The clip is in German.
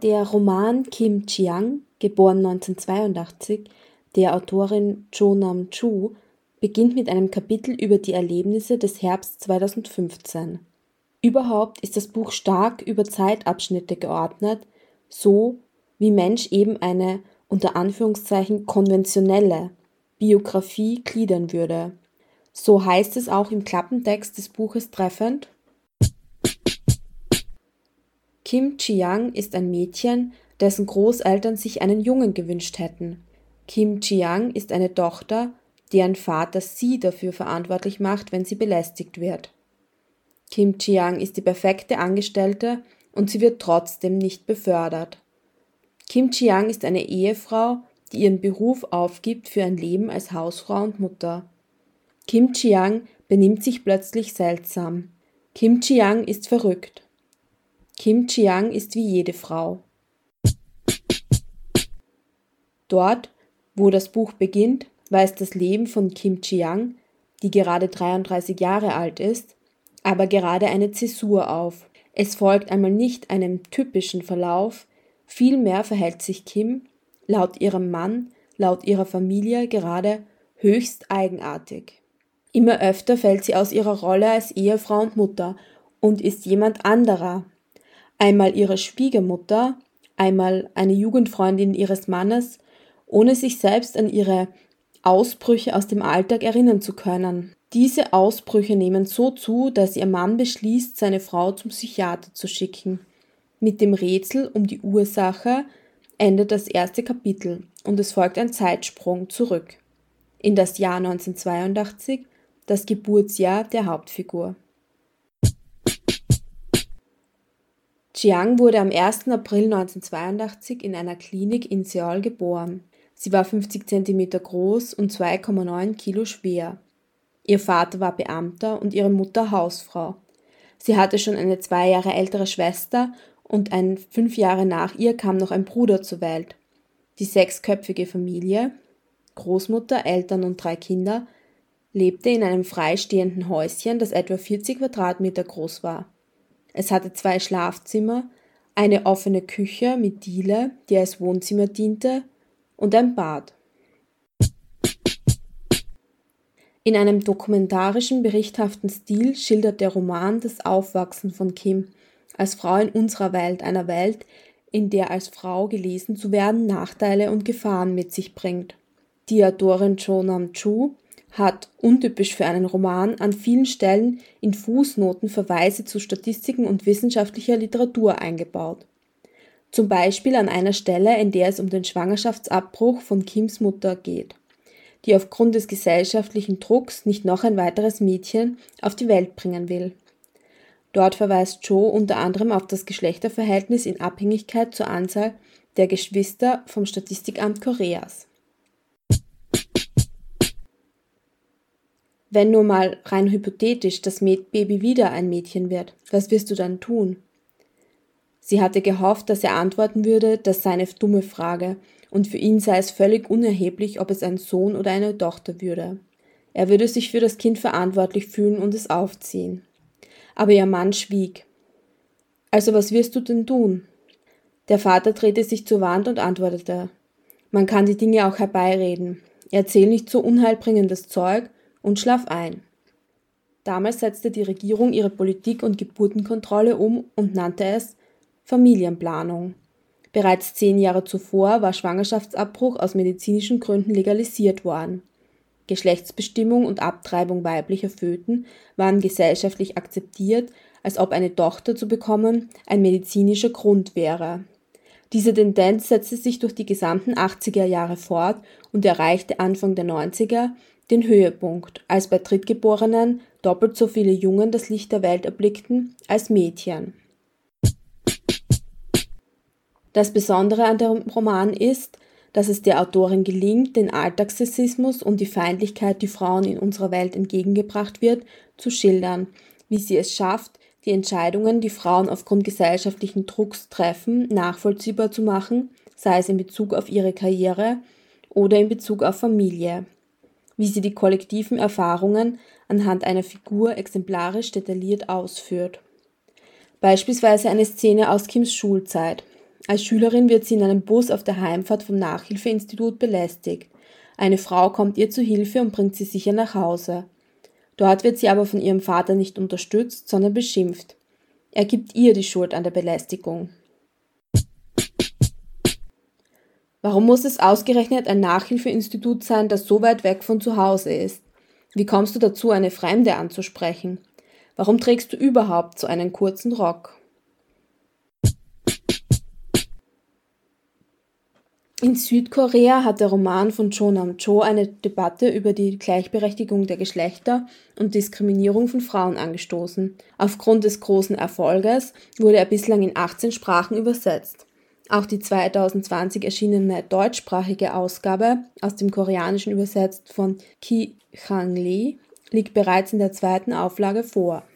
Der Roman Kim Chi-young, geboren 1982, der Autorin Jo Nam-Chu, beginnt mit einem Kapitel über die Erlebnisse des Herbst 2015. Überhaupt ist das Buch stark über Zeitabschnitte geordnet, so wie Mensch eben eine unter Anführungszeichen konventionelle Biografie gliedern würde. So heißt es auch im Klappentext des Buches treffend: Kim Chi-young ist ein Mädchen, dessen Großeltern sich einen Jungen gewünscht hätten. Kim Chi-young ist eine Tochter, deren Vater sie dafür verantwortlich macht, wenn sie belästigt wird. Kim Chi-young ist die perfekte Angestellte und sie wird trotzdem nicht befördert. Kim Chi-young ist eine Ehefrau, die ihren Beruf aufgibt für ein Leben als Hausfrau und Mutter. Kim Chi-young benimmt sich plötzlich seltsam. Kim Chi-young ist verrückt. Kim Chi-young ist wie jede Frau. Dort, wo das Buch beginnt, weist das Leben von Kim Chi-young, die gerade 33 Jahre alt ist, aber gerade eine Zäsur auf. Es folgt einmal nicht einem typischen Verlauf, vielmehr verhält sich Kim, laut ihrem Mann, laut ihrer Familie gerade höchst eigenartig. Immer öfter fällt sie aus ihrer Rolle als Ehefrau und Mutter und ist jemand anderer. Einmal ihre Schwiegermutter, einmal eine Jugendfreundin ihres Mannes, ohne sich selbst an ihre Ausbrüche aus dem Alltag erinnern zu können. Diese Ausbrüche nehmen so zu, dass ihr Mann beschließt, seine Frau zum Psychiater zu schicken. Mit dem Rätsel um die Ursache endet das erste Kapitel und es folgt ein Zeitsprung zurück in das Jahr 1982, das Geburtsjahr der Hauptfigur. Chiang wurde am 1. April 1982 in einer Klinik in Seoul geboren. Sie war 50 cm groß und 2,9 Kilo schwer. Ihr Vater war Beamter und ihre Mutter Hausfrau. Sie hatte schon eine 2 Jahre ältere Schwester und 5 Jahre nach ihr kam noch ein Bruder zur Welt. Die 6-köpfige Familie, Großmutter, Eltern und 3 Kinder, lebte in einem freistehenden Häuschen, das etwa 40 Quadratmeter groß war. Es hatte 2 Schlafzimmer, eine offene Küche mit Diele, die als Wohnzimmer diente, und ein Bad. In einem dokumentarischen, berichthaften Stil schildert der Roman das Aufwachsen von Kim als Frau in unserer Welt, einer Welt, in der als Frau gelesen zu werden Nachteile und Gefahren mit sich bringt. Die Autorin Jo Nam-Chu hat, untypisch für einen Roman, an vielen Stellen in Fußnoten Verweise zu Statistiken und wissenschaftlicher Literatur eingebaut. Zum Beispiel an einer Stelle, in der es um den Schwangerschaftsabbruch von Kims Mutter geht, die aufgrund des gesellschaftlichen Drucks nicht noch ein weiteres Mädchen auf die Welt bringen will. Dort verweist Jo unter anderem auf das Geschlechterverhältnis in Abhängigkeit zur Anzahl der Geschwister vom Statistikamt Koreas. Wenn nur mal rein hypothetisch das Baby wieder ein Mädchen wird, was wirst du dann tun? Sie hatte gehofft, dass er antworten würde, das sei eine dumme Frage und für ihn sei es völlig unerheblich, ob es ein Sohn oder eine Tochter würde. Er würde sich für das Kind verantwortlich fühlen und es aufziehen. Aber ihr Mann schwieg. Also was wirst du denn tun? Der Vater drehte sich zur Wand und antwortete: Man kann die Dinge auch herbeireden. Erzähl nicht so unheilbringendes Zeug und schlaf ein. Damals setzte die Regierung ihre Politik und Geburtenkontrolle um und nannte es Familienplanung. Bereits 10 Jahre zuvor war Schwangerschaftsabbruch aus medizinischen Gründen legalisiert worden. Geschlechtsbestimmung und Abtreibung weiblicher Föten waren gesellschaftlich akzeptiert, als ob eine Tochter zu bekommen ein medizinischer Grund wäre. Diese Tendenz setzte sich durch die gesamten 80er Jahre fort und erreichte Anfang der 90er den Höhepunkt, als bei Drittgeborenen doppelt so viele Jungen das Licht der Welt erblickten als Mädchen. Das Besondere an dem Roman ist, dass es der Autorin gelingt, den Alltagssexismus und die Feindlichkeit, die Frauen in unserer Welt entgegengebracht wird, zu schildern, wie sie es schafft, die Entscheidungen, die Frauen aufgrund gesellschaftlichen Drucks treffen, nachvollziehbar zu machen, sei es in Bezug auf ihre Karriere oder in Bezug auf Familie. Wie sie die kollektiven Erfahrungen anhand einer Figur exemplarisch detailliert ausführt. Beispielsweise eine Szene aus Kims Schulzeit. Als Schülerin wird sie in einem Bus auf der Heimfahrt vom Nachhilfeinstitut belästigt. Eine Frau kommt ihr zu Hilfe und bringt sie sicher nach Hause. Dort wird sie aber von ihrem Vater nicht unterstützt, sondern beschimpft. Er gibt ihr die Schuld an der Belästigung. Warum muss es ausgerechnet ein Nachhilfeinstitut sein, das so weit weg von zu Hause ist? Wie kommst du dazu, eine Fremde anzusprechen? Warum trägst du überhaupt so einen kurzen Rock? In Südkorea hat der Roman von Cho Nam-cho eine Debatte über die Gleichberechtigung der Geschlechter und Diskriminierung von Frauen angestoßen. Aufgrund des großen Erfolges wurde er bislang in 18 Sprachen übersetzt. Auch die 2020 erschienene deutschsprachige Ausgabe, aus dem Koreanischen übersetzt von Ki Chang Lee, liegt bereits in der 2. Auflage vor.